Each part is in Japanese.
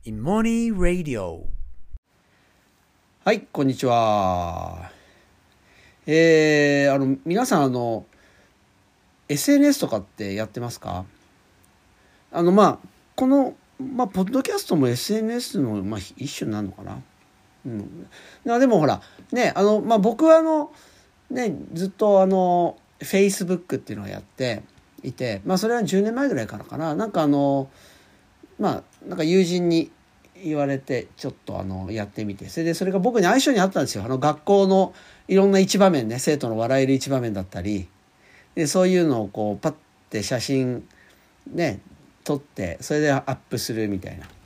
Imoni Radio。 はい、こんにちは。皆さん、SNS とかってやってますか？この、ポッドキャストも SNS の、一種なのかな。でもほら、ね、僕はずっとFacebook っていうのをやっていて、それは10年前ぐらいからかな。なんか友人に言われてちょっとやってみて、それが僕に相性にあったんですよ。学校のいろんな一場面ね、生徒の笑える一場面だったりで、そういうのをこうパッて写真ね撮って、それでアップするみたいな、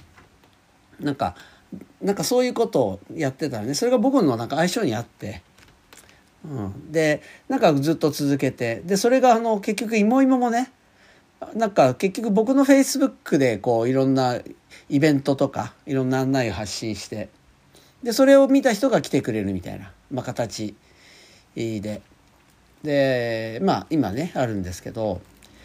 なんかそういうことをやってたらね、それが僕の相性にあって、でずっと続けて、でそれが結局芋もね、結局僕のフェイスブックでこういろんなイベントとかいろんな案内を発信して、でそれを見た人が来てくれるみたいな、形で今ねあるんですけど、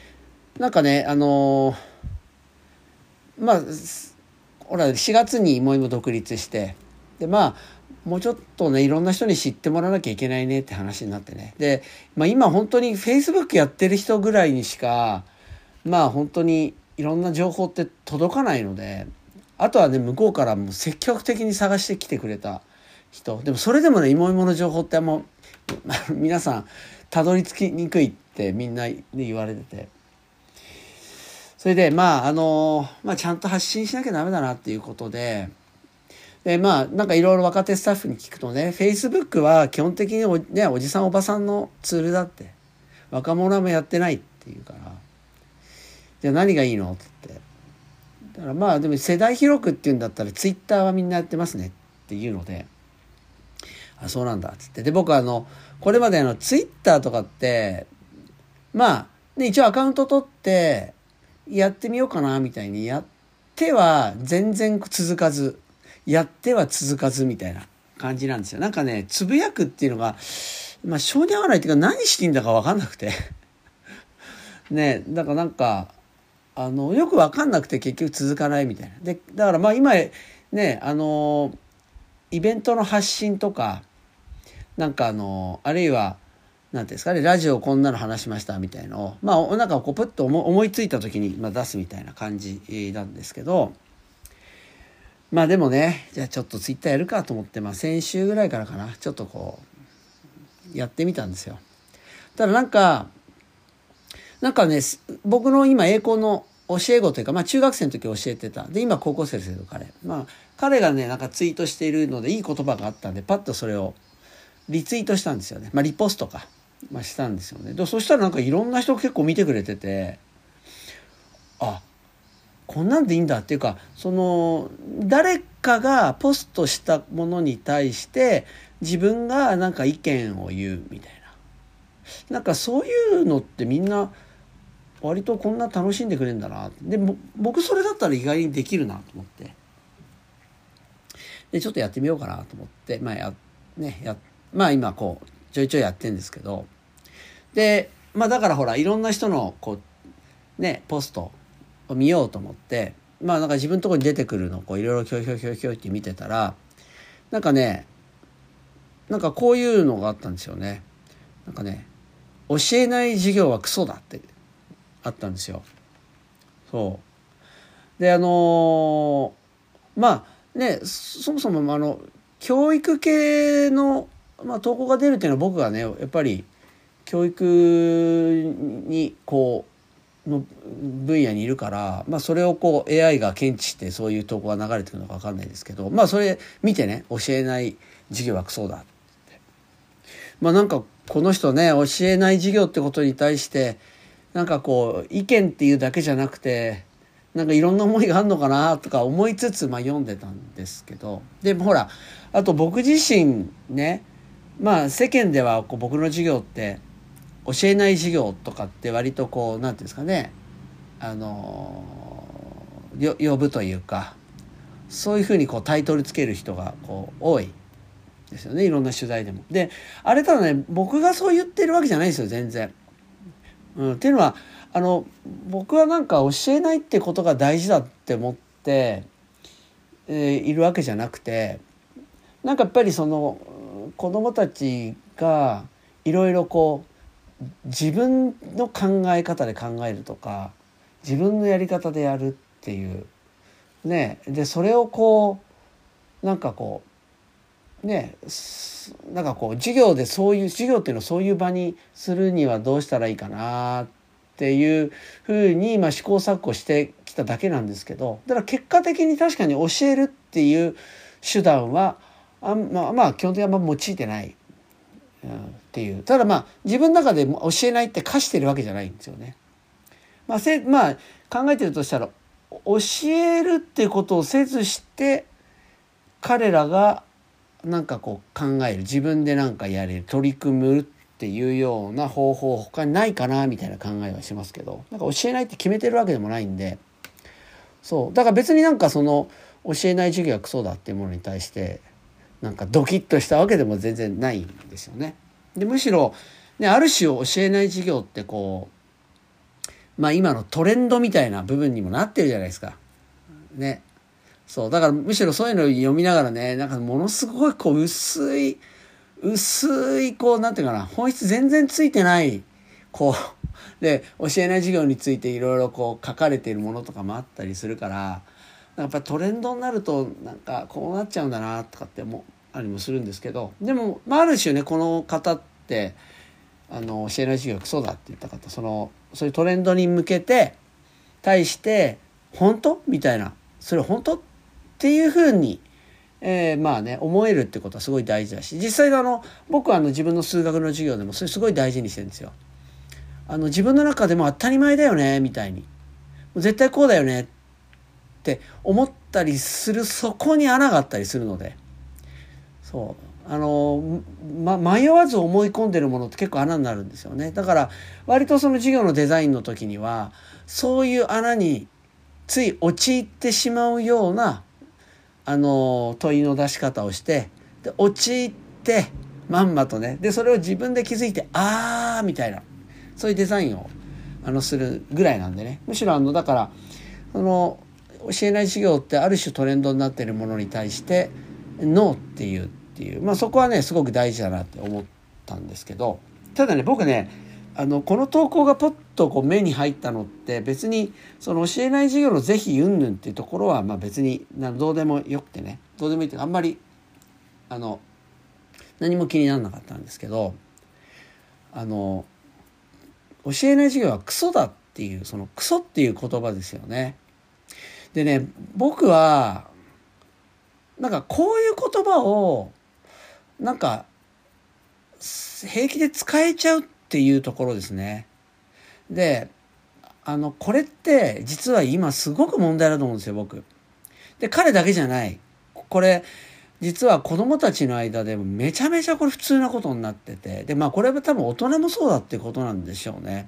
ほら4月にも独立して、でもうちょっとねいろんな人に知ってもらわなきゃいけないねって話になってね、で、今本当にフェイスブックやってる人ぐらいにしか本当にいろんな情報って届かないので、あとはね向こうからもう積極的に探してきてくれた人でも、それでもね芋の情報って皆さんたどり着きにくいってみんなで言われてて、それでちゃんと発信しなきゃダメだなっていうことで、いろいろ若手スタッフに聞くとね、Facebook は基本的におじさんおばさんのツールだって、若者もやってないっていうから、じゃあ何がいいのって言って、だからでも世代広くっていうんだったらツイッターはみんなやってますねっていうので、そうなんだっつって、で僕これまでツイッターとかって一応アカウント取ってやってみようかなみたいにやっては全然続かず、やっては続かずみたいな感じなんですよ。つぶやくっていうのが性に合わないっていうか、何していいんだか分かんなくてね、だからよく分かんなくて結局続かないみたいな。でだから今ねイベントの発信とかあるいはなんていうんですかね、ラジオこんなの話しましたみたいのをこうプッと思いついた時に出すみたいな感じなんですけど、でもね、じゃあちょっとツイッターやるかと思って、先週ぐらいからかな、ちょっとこうやってみたんですよ。ただ僕の今英語の教え子というか、中学生の時教えてた。で、今高校生ですけど彼がね、ツイートしているのでいい言葉があったんで、パッとそれをリツイートしたんですよね。リポストか。したんですよね。で、そしたらいろんな人結構見てくれてて、こんなんでいいんだっていうか、誰かがポストしたものに対して自分が意見を言うみたいな。そういうのってみんな割とこんな楽しんでくれるんだな。でも僕それだったら意外にできるなと思って、でちょっとやってみようかなと思って今こうちょいちょいやってるんですけど、でだからほらいろんな人のこうねポストを見ようと思って、自分のところに出てくるのをこういろいろひょいって見てたら、こういうのがあったんですよね。教えない授業はクソだってあったんですよ。そうでそもそも教育系の、投稿が出るっていうのは、僕がねやっぱり教育にこうの分野にいるから、それをこう AI が検知してそういう投稿が流れてくるのか分かんないですけど、それ見てね、教えない授業はクソだって、この人ね、教えない授業ってことに対してこう意見っていうだけじゃなくていろんな思いがあるのかなとか思いつつ読んでたんですけど、でもほらあと僕自身ね、世間ではこう僕の授業って教えない授業とかって割とこうなんていうんですかね、呼ぶというか、そういうふうにこうタイトルつける人がこう多いですよね、いろんな取材でも。であれただね、僕がそう言ってるわけじゃないですよ全然。っていうのは僕は教えないってことが大事だって思っているわけじゃなくて、なんかやっぱりその子どもたちがいろいろこう自分の考え方で考えるとか自分のやり方でやるっていうね、でそれをこうなんかこうね、なんかこう授業でそういう授業っていうのをそういう場にするにはどうしたらいいかなっていうふうに試行錯誤してきただけなんですけど、だから結果的に確かに教えるっていう手段はまあ基本的にあんま用いてない、っていう。ただ自分の中で教えないって課してるわけじゃないんですよね。まあ考えてるとしたら教えるってことをせずして彼らがなんかこう考える、自分でなんかやれる、取り組むっていうような方法他にないかなみたいな考えはしますけど、なんか教えないって決めてるわけでもないんで、そうだから別になんかその教えない授業はクソだっていうものに対してなんかドキッとしたわけでも全然ないんですよね。でむしろね、ある種教えない授業ってこう今のトレンドみたいな部分にもなってるじゃないですかね。そうだからむしろそういうのを読みながらね、なんかものすごいこう薄いこうなんていうかな、本質全然ついてないこうで教えない授業についていろいろこう書かれているものとかもあったりするから、やっぱりトレンドになるとなんかこうなっちゃうんだなとかってありもするんですけど、でもある種ね、この方って教えない授業がクソだって言った方、そういうトレンドに向けて対して本当みたいな、それ本当っていうふうに、思えるってことはすごい大事だし、実際僕は自分の数学の授業でもそれすごい大事にしてるんですよ。自分の中でも当たり前だよねみたいに、絶対こうだよねって思ったりする、そこに穴があったりするので、迷わず思い込んでるものって結構穴になるんですよね。だから割とその授業のデザインの時にはそういう穴につい陥ってしまうような問いの出し方をして、で陥ってまんまとね、でそれを自分で気づいてみたいな、そういうデザインをするぐらいなんでね。むしろだから教えない授業ってある種トレンドになっているものに対してノーっていうそこはねすごく大事だなって思ったんですけど、ただね僕ねこの投稿がポッとこう目に入ったのって別にその教えない授業の是非云々っていうところは別にどうでもよくてね、どうでもいいってあんまり何も気にならなかったんですけど、教えない授業はクソだっていう、そのクソっていう言葉ですよね。でね、僕はなんかこういう言葉をなんか平気で使えちゃうっていうところですね。でこれって実は今すごく問題だと思うんですよ、僕。で彼だけじゃない、これ実は子供たちの間でもめちゃめちゃこれ普通なことになってて、でこれは多分大人もそうだってことなんでしょうね。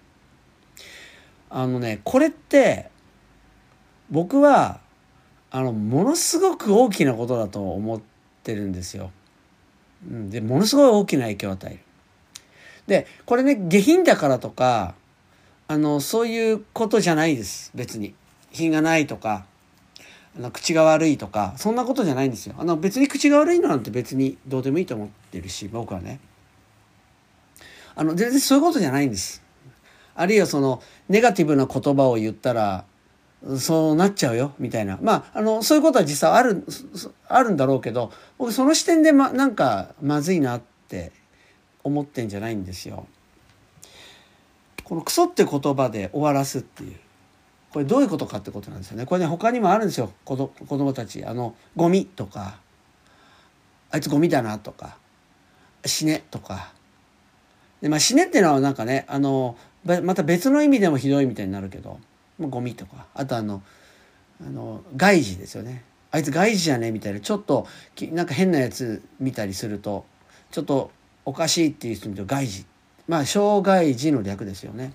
これって僕はものすごく大きなことだと思ってるんですよ。でものすごい大きな影響を与える。でこれね、下品だからとかそういうことじゃないです。別に品がないとか口が悪いとかそんなことじゃないんですよ。別に口が悪いのなんて別にどうでもいいと思ってるし、僕はね全然そういうことじゃないんです。あるいはそのネガティブな言葉を言ったらそうなっちゃうよみたいな、そういうことは実際あるんだろうけど、僕その視点でなんかまずいなって思ってんじゃないんですよ。このクソって言葉で終わらすっていう、これどういうことかってことなんですよね。これね他にもあるんですよ。子供たちゴミとか、あいつゴミだなとか、死ねとかで、死ねっていうのはなんかねまた別の意味でもひどいみたいになるけど、ゴミとか、あと外事ですよね。あいつ外事じゃねみたいな、ちょっとなんか変なやつ見たりするとちょっとおかしいっていう人見ると外事、障害児の略ですよね。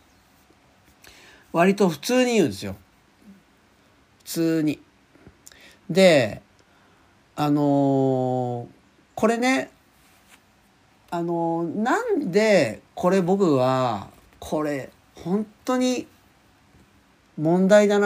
割と普通に言うんですよ、普通に。でこれねなんでこれ僕はこれ本当に問題だなっ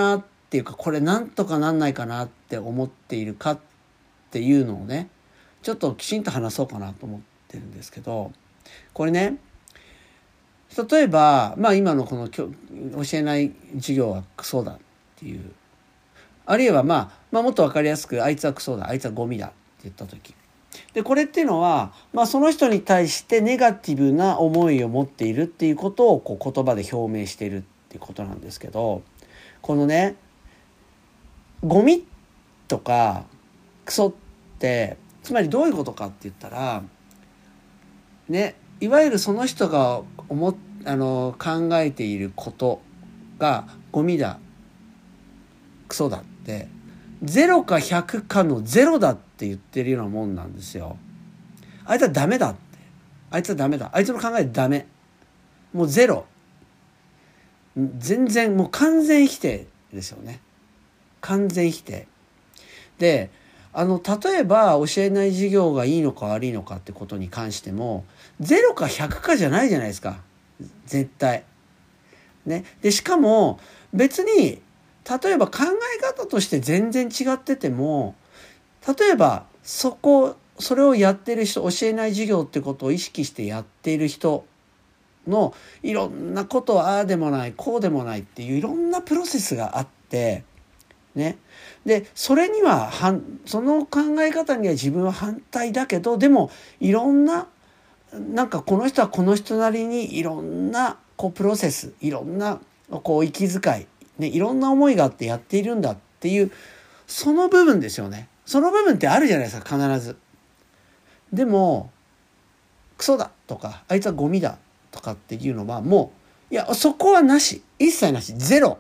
っていうか、これなんとかなんないかなって思っているかっていうのをね、ちょっときちんと話そうかなと思ってるんですけど、これね、例えば今のこの教えない授業はクソだっていう、あるいはもっと分かりやすく、あいつはクソだ、あいつはゴミだって言った時で、これっていうのはその人に対してネガティブな思いを持っているっていうことを言葉で表明しているっていうことなんですけど、このね、ゴミとかクソってつまりどういうことかって言ったらね、いわゆるその人が考えていることがゴミだ、クソだって0か100かの0だって言ってるようなもんなんですよ。あいつはダメだって、あいつはダメだ、あいつの考えダメ、もうゼロ、全然もう完全否定ですよね。完全否定で、例えば教えない授業がいいのか悪いのかってことに関しても0か100かじゃないじゃないですか、絶対ね。でしかも別に例えば考え方として全然違ってても、例えばそれをやってる人、教えない授業ってことを意識してやっている人のいろんなことをああでもないこうでもないっていういろんなプロセスがあってね。でそれにはその考え方には自分は反対だけど、でもいろんなこの人はこの人なりにいろんなプロセス、いろんな息遣い、ね、いろんな思いがあってやっているんだっていうその部分ですよね。その部分ってあるじゃないですか、必ず。でもクソだとかあいつはゴミだとかっていうのはもういや、そこはなし、一切なし、ゼロ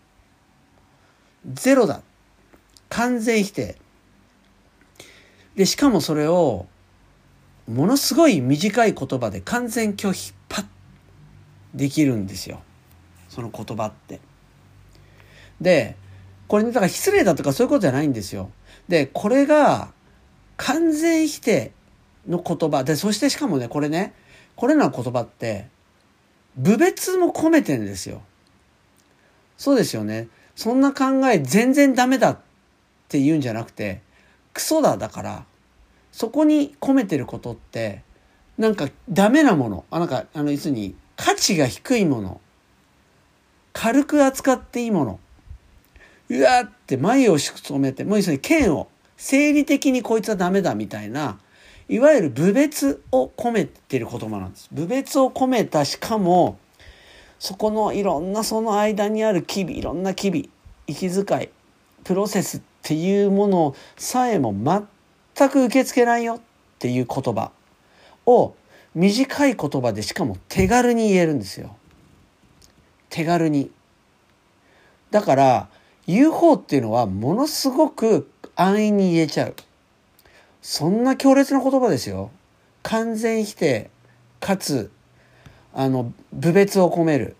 だ、完全否定で、しかもそれをものすごい短い言葉で完全拒否パッできるんですよ、その言葉って。でこれね、だから失礼だとかそういうことじゃないんですよ。でこれが完全否定の言葉で、そしてしかもね、これらの言葉って侮蔑も込めてるんですよ。そうですよね。そんな考え全然ダメだって言うんじゃなくてクソだ、だからそこに込めてることってダメなもの、要するに価値が低いもの、軽く扱っていいもの、うわーって眉を染めて、もう要するに剣を生理的にこいつはダメだみたいな、いわゆる侮蔑を込めてる言葉なんです。侮蔑を込めた、しかもそこのいろんなその間にあるいろんな息遣い、プロセスっていうものさえも全く受け付けないよっていう言葉を短い言葉で、しかも手軽に言えるんですよ。手軽に。だから言う方っていうのはものすごく安易に言えちゃう。そんな強烈な言葉ですよ。完全否定かつ侮蔑を込める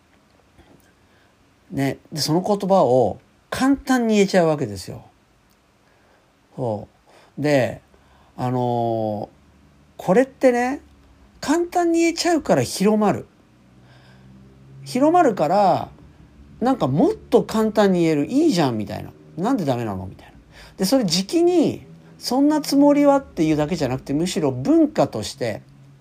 ね。でその言葉を簡単に言えちゃうわけですよ。そうでこれってね、簡単に言えちゃうから広まるからもっと簡単に言える、いいじゃんみたいな、なんでダメなのみたいな。でそれ時期にそんなつもりはっていうだけじゃなくて、むしろ文化として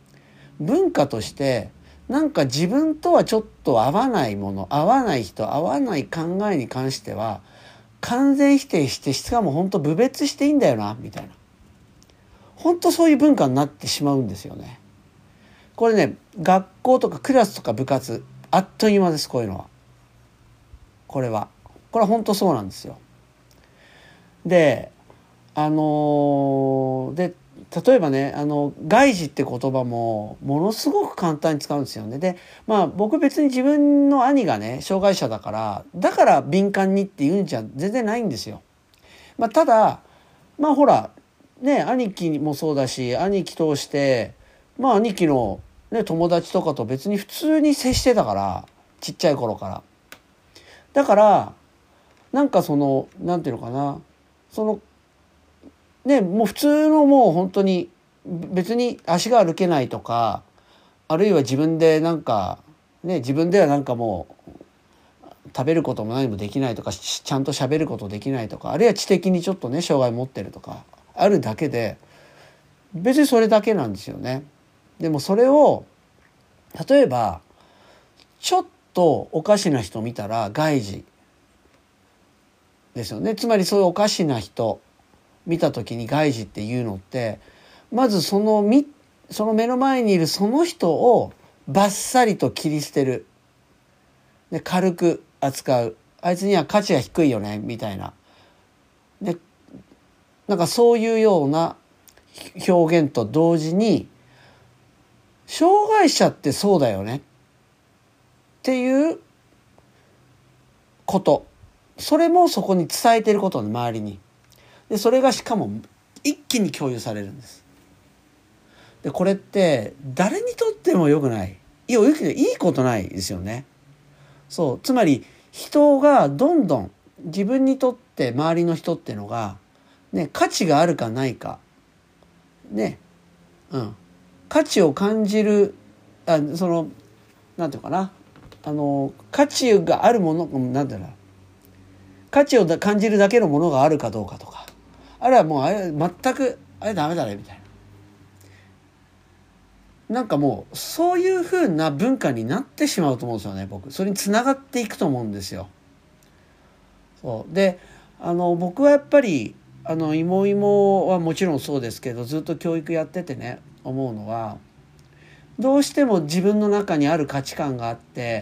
自分とはちょっと合わないもの、合わない人、合わない考えに関しては完全否定して、しかも本当侮蔑していいんだよなみたいな、本当そういう文化になってしまうんですよね。これね、学校とかクラスとか部活あっという間です、こういうのは。これは本当そうなんですよ。で例えばね、外事って言葉もものすごく簡単に使うんですよね。で僕別に自分の兄がね障害者だから敏感にっていうんじゃ全然ないんですよ。ただほらね、兄貴もそうだし、兄貴通して兄貴の、ね、友達とかと別に普通に接してたから、ちっちゃい頃から。だからそのなんていうのかな、そのね、もう普通のもう本当に別に足が歩けないとか、あるいは自分で自分ではも食べることも何もできないとか、ちゃんと喋ることできないとか、あるいは知的にちょっとね障害持ってるとかあるだけで、別にそれだけなんですよね。でもそれを例えばちょっとおかしな人見たら外耳ですよね。つまりそういうおかしな人見た時に外耳っていうのって、まずその目の前にいるその人をバッサリと切り捨てる。で軽く扱う。あいつには価値が低いよねみたいな。でなんかそういうような表現と同時に、障害者ってそうだよねっていうこと、それもそこに伝えてることの周りに。でそれがしかも一気に共有されるんです。でこれって誰にとっても良くない、いいことないですよね。そう、つまり人がどんどん自分にとって周りの人っていうのがね、価値があるかないかね、価値を感じる、なんていうかな、価値があるもの、なんていうの、価値を感じるだけのものがあるかどうかとか、あるいはもう全くあれダメだねみたいな、なんかもうそういう風な文化になってしまうと思うんですよね。僕それにつながっていくと思うんですよ。そうで、僕はやっぱり妹はもちろんそうですけど、ずっと教育やっててね思うのは、どうしても自分の中にある価値観があって、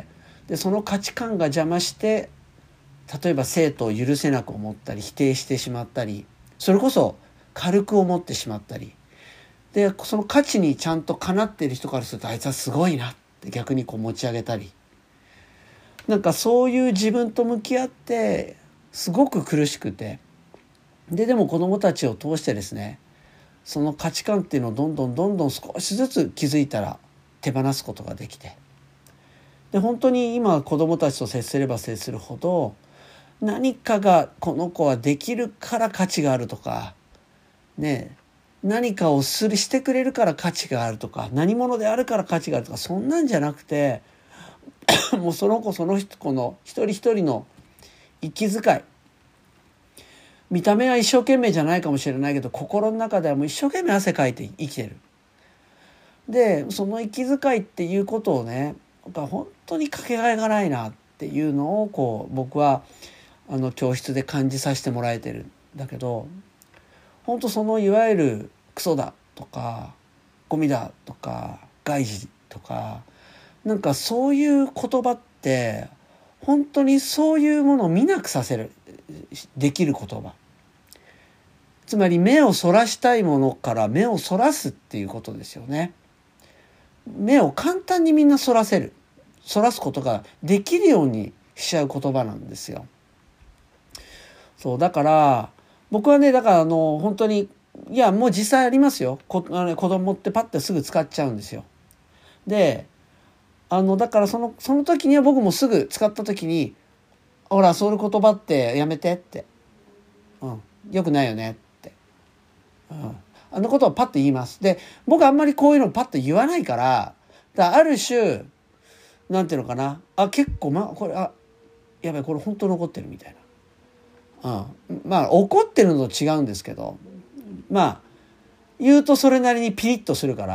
でその価値観が邪魔して例えば生徒を許せなく思ったり否定してしまったり、それこそ軽く思ってしまったりで、その価値にちゃんとかなっている人からするとあいつはすごいなって逆にこう持ち上げたり、なんかそういう自分と向き合ってすごく苦しくて、でも子どもたちを通してですね、その価値観っていうのをどんどん少しずつ気づいたら手放すことができて、で本当に今子どもたちと接すれば接するほど、何かがこの子はできるから価値があるとかね、何かをしてくれるから価値があるとか、何者であるから価値があるとか、そんなんじゃなくてもうその子の一人一人の息遣い、見た目は一生懸命じゃないかもしれないけど、心の中ではもう一生懸命汗かいて生きてる。でその息遣いっていうことをね、本当にかけがえがないなっていうのをこう僕は教室で感じさせてもらえてるんだけど、本当そのいわゆるクソだとかゴミだとか外事とか、なんかそういう言葉って本当にそういうものを見なくさせるできる言葉、つまり目をそらしたいものから目をそらすっていうことですよね。目を簡単にみんなそらすことができるようにしちゃう言葉なんですよ。そうだから僕はね、だから本当にいやもう実際ありますよ。子供ってパッてすぐ使っちゃうんですよ。でだからその時には僕もすぐ使った時に、ほらそういう言葉ってやめてって、よくないよねって、あのことをパッと言います。で僕あんまりこういうのパッと言わないから、ある種なんていうのかな、結構これやばいこれ本当に怒ってるみたいな、まあ怒ってるのと違うんですけど、まあ言うとそれなりにピリッとするから、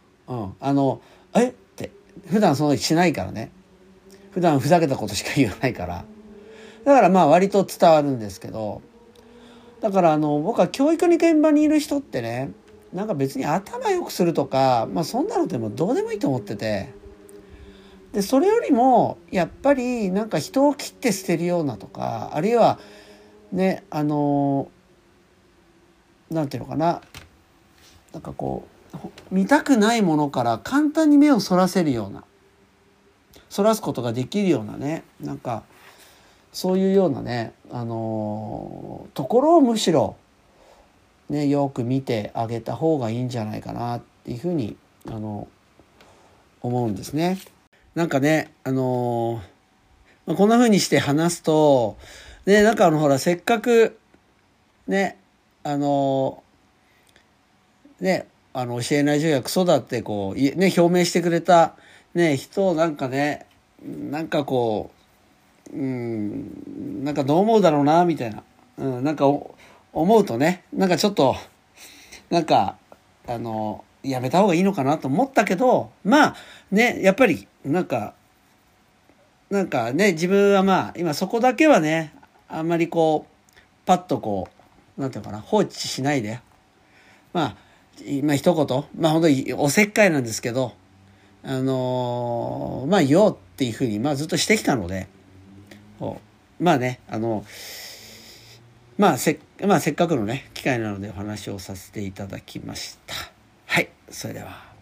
って普段そのしないからね、普段ふざけたことしか言わないから、だからまあ割と伝わるんですけど、だから僕は教育に現場にいる人ってね、なんか別に頭良くするとか、そんなのでもどうでもいいと思ってて、でそれよりもやっぱりなんか人を切って捨てるようなとか、あるいはねなんていうのかな、なんかこう見たくないものから簡単に目をそらせるような、そらすことができるようなね、なんかそういうようなね、ところをむしろねよく見てあげた方がいいんじゃないかなっていうふうに思うんですね。なんかねこんなふうにして話すとね、なんかほらせっかくね教えない授業はクソだってこうね表明してくれたね人をなんかね、なんかこうなんかどう思うだろうなみたいな、なんか思うとね、なんかちょっとなんかやめた方がいいのかなと思ったけど、まあね、やっぱりなんかね、自分はまあ今そこだけはね、あんまりこうパッとこうなんていうのかな、放置しないで、まあ今一言、まあ本当におせっかいなんですけど、まあ言おうっていうふうにまあずっとしてきたので、まあね、まあせっかくのね機会なのでお話をさせていただきました。はい、それでは。